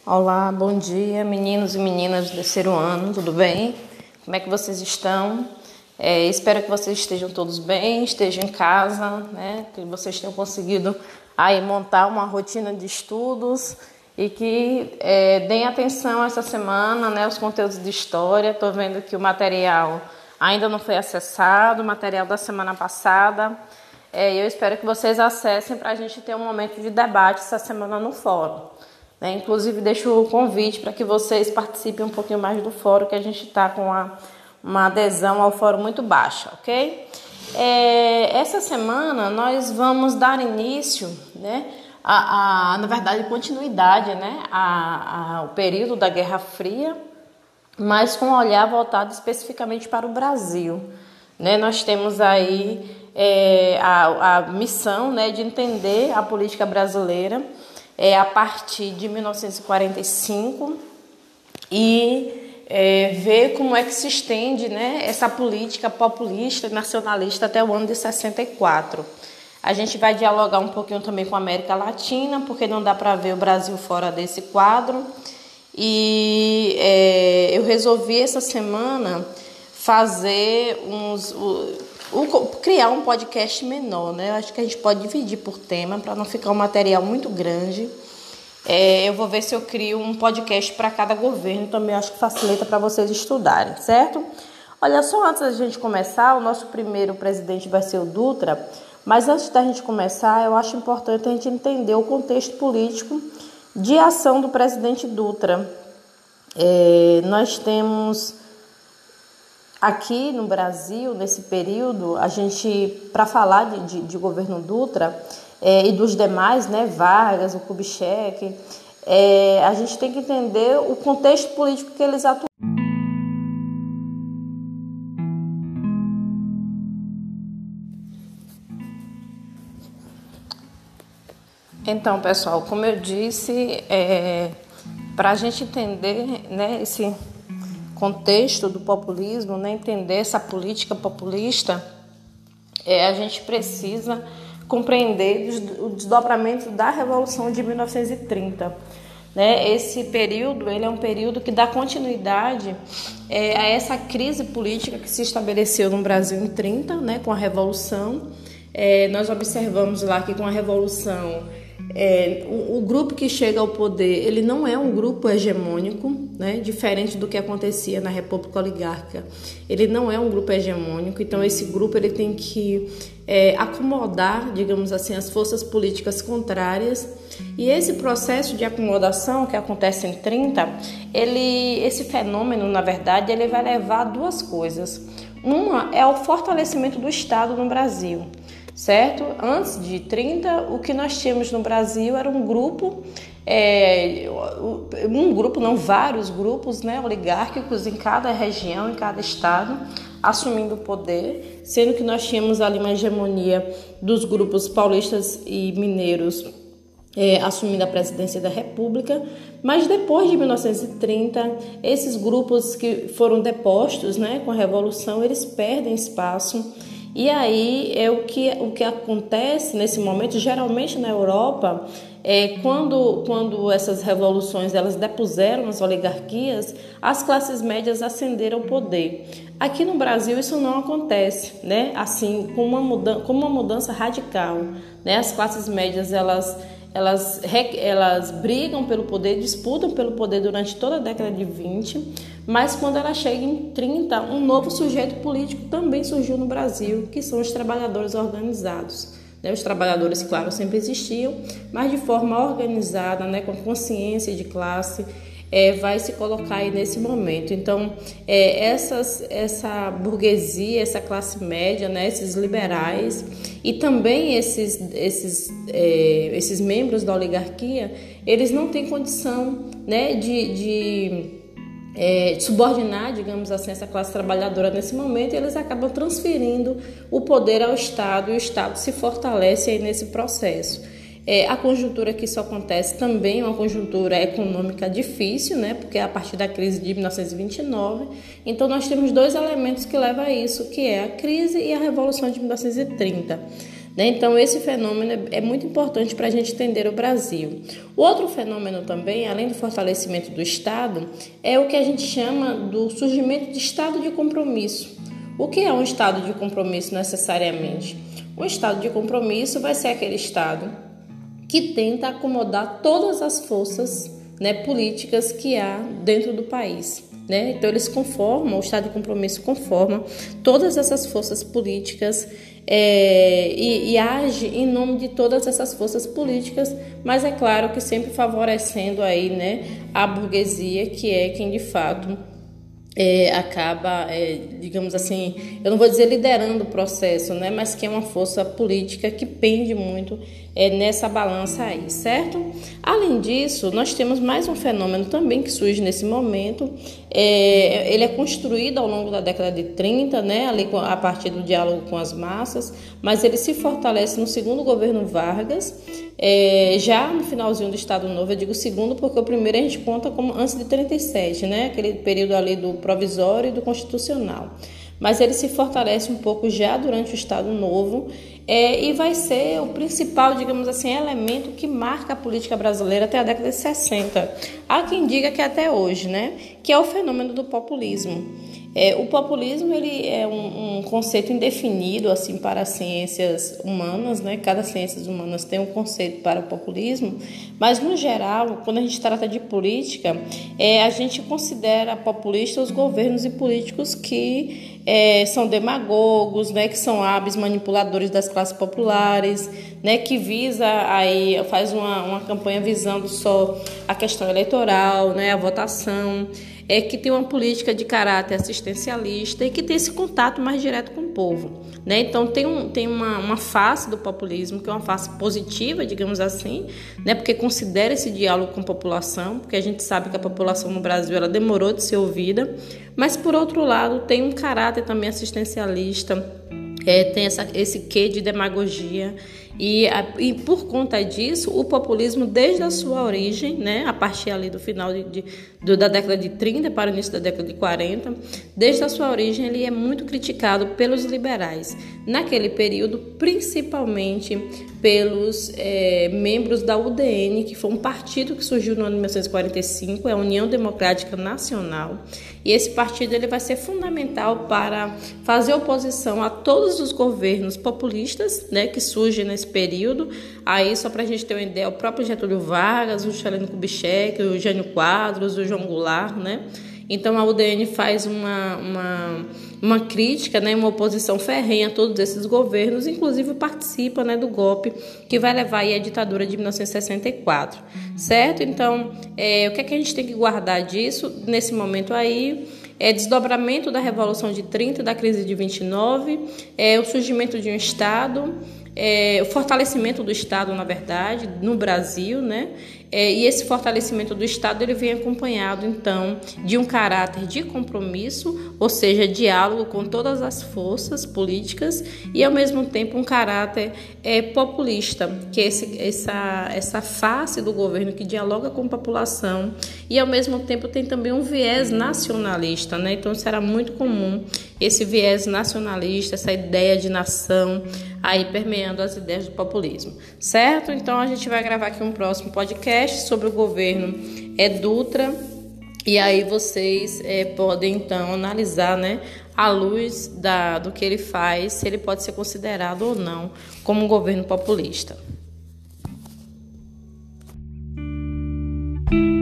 Olá, bom dia, meninos e meninas do terceiro ano, tudo bem? Como é que vocês estão? Espero que vocês estejam todos bem, estejam em casa, né? Que vocês tenham conseguido aí montar uma rotina de estudos e que deem atenção essa semana, né? Os conteúdos de história. Estou vendo que o material ainda não foi acessado, o material da semana passada. Eu espero que vocês acessem para a gente ter um momento de debate essa semana no fórum. Inclusive, deixo o convite para que vocês participem um pouquinho mais do fórum, que a gente está com uma adesão ao fórum muito baixa, ok? Essa semana nós vamos dar início, né, na verdade, continuidade, né, ao período da Guerra Fria, mas com um olhar voltado especificamente para o Brasil. Nós temos aí a missão, né, de entender a política brasileira a partir de 1945 e ver como é que se estende, né, essa política populista e nacionalista até o ano de 64. A gente vai dialogar um pouquinho também com a América Latina, porque não dá para ver o Brasil fora desse quadro. E eu resolvi essa semana fazer criar um podcast menor, né? Eu acho que a gente pode dividir por tema para não ficar um material muito grande. Eu vou ver se eu crio um podcast para cada governo, também acho que facilita para vocês estudarem, certo? Olha, só antes da gente começar, o nosso primeiro presidente vai ser o Dutra, mas antes da gente começar, eu acho importante a gente entender o contexto político de ação do presidente Dutra. Nós temos aqui no Brasil, nesse período, a gente, para falar de governo Dutra e dos demais, né, Vargas, o Kubitschek, a gente tem que entender o contexto político que eles atuam. Então, pessoal, como eu disse, para a gente entender, né, esse contexto do populismo, né, entender essa política populista, a gente precisa compreender o desdobramento da Revolução de 1930. Esse período ele é um período que dá continuidade a essa crise política que se estabeleceu no Brasil em 30, né, com a Revolução. Nós observamos lá que com a Revolução o grupo que chega ao poder, ele não é um grupo hegemônico, né? Diferente do que acontecia na República Oligárquica. Ele não é um grupo hegemônico, então esse grupo ele tem que acomodar, digamos assim, as forças políticas contrárias. E esse processo de acomodação que acontece em 30, esse fenômeno, na verdade, ele vai levar a duas coisas. Uma é o fortalecimento do Estado no Brasil. Certo? Antes de 30, o que nós tínhamos no Brasil era vários grupos, né, oligárquicos em cada região, em cada estado, assumindo o poder, sendo que nós tínhamos ali uma hegemonia dos grupos paulistas e mineiros assumindo a presidência da República, mas depois de 1930, esses grupos que foram depostos, né, com a Revolução, eles perdem espaço. E aí o que acontece nesse momento, geralmente na Europa, quando essas revoluções elas depuseram as oligarquias, as classes médias ascenderam ao poder. Aqui no Brasil isso não acontece, né? Assim, com uma mudança radical, né? As classes médias elas brigam pelo poder, disputam pelo poder durante toda a década de 20, mas quando ela chega em 30, um novo sujeito político também surgiu no Brasil, que são os trabalhadores organizados. Os trabalhadores, claro, sempre existiam, mas de forma organizada, né, com consciência de classe, vai se colocar aí nesse momento. Então, essa burguesia, essa classe média, né, esses liberais e também esses membros da oligarquia, eles não têm condição, né, de subordinar, digamos assim, essa classe trabalhadora nesse momento, e eles acabam transferindo o poder ao Estado, e o Estado se fortalece aí nesse processo. A conjuntura que isso acontece também é uma conjuntura econômica difícil, né? Porque é a partir da crise de 1929. Então, nós temos dois elementos que levam a isso, que é a crise e a Revolução de 1930. né? Então, esse fenômeno é muito importante para a gente entender o Brasil. O outro fenômeno também, além do fortalecimento do Estado, é o que a gente chama do surgimento de estado de compromisso. O que é um estado de compromisso necessariamente? Um estado de compromisso vai ser aquele estado que tenta acomodar todas as forças, né, políticas que há dentro do país, né? Então eles conformam, o estado de compromisso conforma todas essas forças políticas e age em nome de todas essas forças políticas, mas é claro que sempre favorecendo aí, né, a burguesia, que é quem de fato acaba, digamos assim, eu não vou dizer liderando o processo, né, mas que é uma força política que pende muito nessa balança aí, certo? Além disso, nós temos mais um fenômeno também que surge nesse momento. Ele é construído ao longo da década de 30, né, ali a partir do diálogo com as massas, mas ele se fortalece no segundo governo Vargas, já no finalzinho do Estado Novo. Eu digo segundo porque o primeiro a gente conta como antes de 37, né, aquele período ali do provisório e do constitucional. Mas ele se fortalece um pouco já durante o Estado Novo e vai ser o principal, digamos assim, elemento que marca a política brasileira até a década de 60. Há quem diga que até hoje, né, que é o fenômeno do populismo. O populismo ele é um conceito indefinido assim para as ciências humanas, né? Cada ciência humanas tem um conceito para o populismo, mas no geral, quando a gente trata de política, a gente considera populista os governos e políticos que são demagogos, né? Que são hábeis manipuladores das classes populares, né? Que faz uma campanha visando só a questão eleitoral, né? A votação. Que tem uma política de caráter assistencialista e que tem esse contato mais direto com o povo, né? Então tem uma face do populismo que é uma face positiva, digamos assim, né? Porque considera esse diálogo com a população, porque a gente sabe que a população no Brasil ela demorou de ser ouvida, mas por outro lado tem um caráter também assistencialista, tem esse quê de demagogia. E por conta disso, o populismo, desde a sua origem, né, a partir ali do final da década de 30 para o início da década de 40, desde a sua origem ele é muito criticado pelos liberais. Naquele período, principalmente pelos membros da UDN, que foi um partido que surgiu no ano de 1945, é a União Democrática Nacional. E esse partido ele vai ser fundamental para fazer oposição a todos os governos populistas, né, que surgem nesse período. Aí, só para a gente ter uma ideia, o próprio Getúlio Vargas, o Juscelino Kubitschek, o Jânio Quadros, o João Goulart, né? Então, a UDN faz uma crítica, né, uma oposição ferrenha a todos esses governos, inclusive participa, né, do golpe que vai levar aí à ditadura de 1964, certo? Então, o que é que a gente tem que guardar disso nesse momento aí? Desdobramento da Revolução de 30, da crise de 29, o surgimento de um Estado, o fortalecimento do Estado, na verdade, no Brasil, né? E esse fortalecimento do Estado ele vem acompanhado, então, de um caráter de compromisso, ou seja, diálogo com todas as forças políticas e, ao mesmo tempo, um caráter populista, que é essa face do governo que dialoga com a população e, ao mesmo tempo, tem também um viés nacionalista, né? Então, será muito comum esse viés nacionalista, essa ideia de nação, aí permeando as ideias do populismo, certo? Então, a gente vai gravar aqui um próximo podcast sobre o governo Dutra, e aí vocês podem então analisar, né, à luz do que ele faz, se ele pode ser considerado ou não como um governo populista.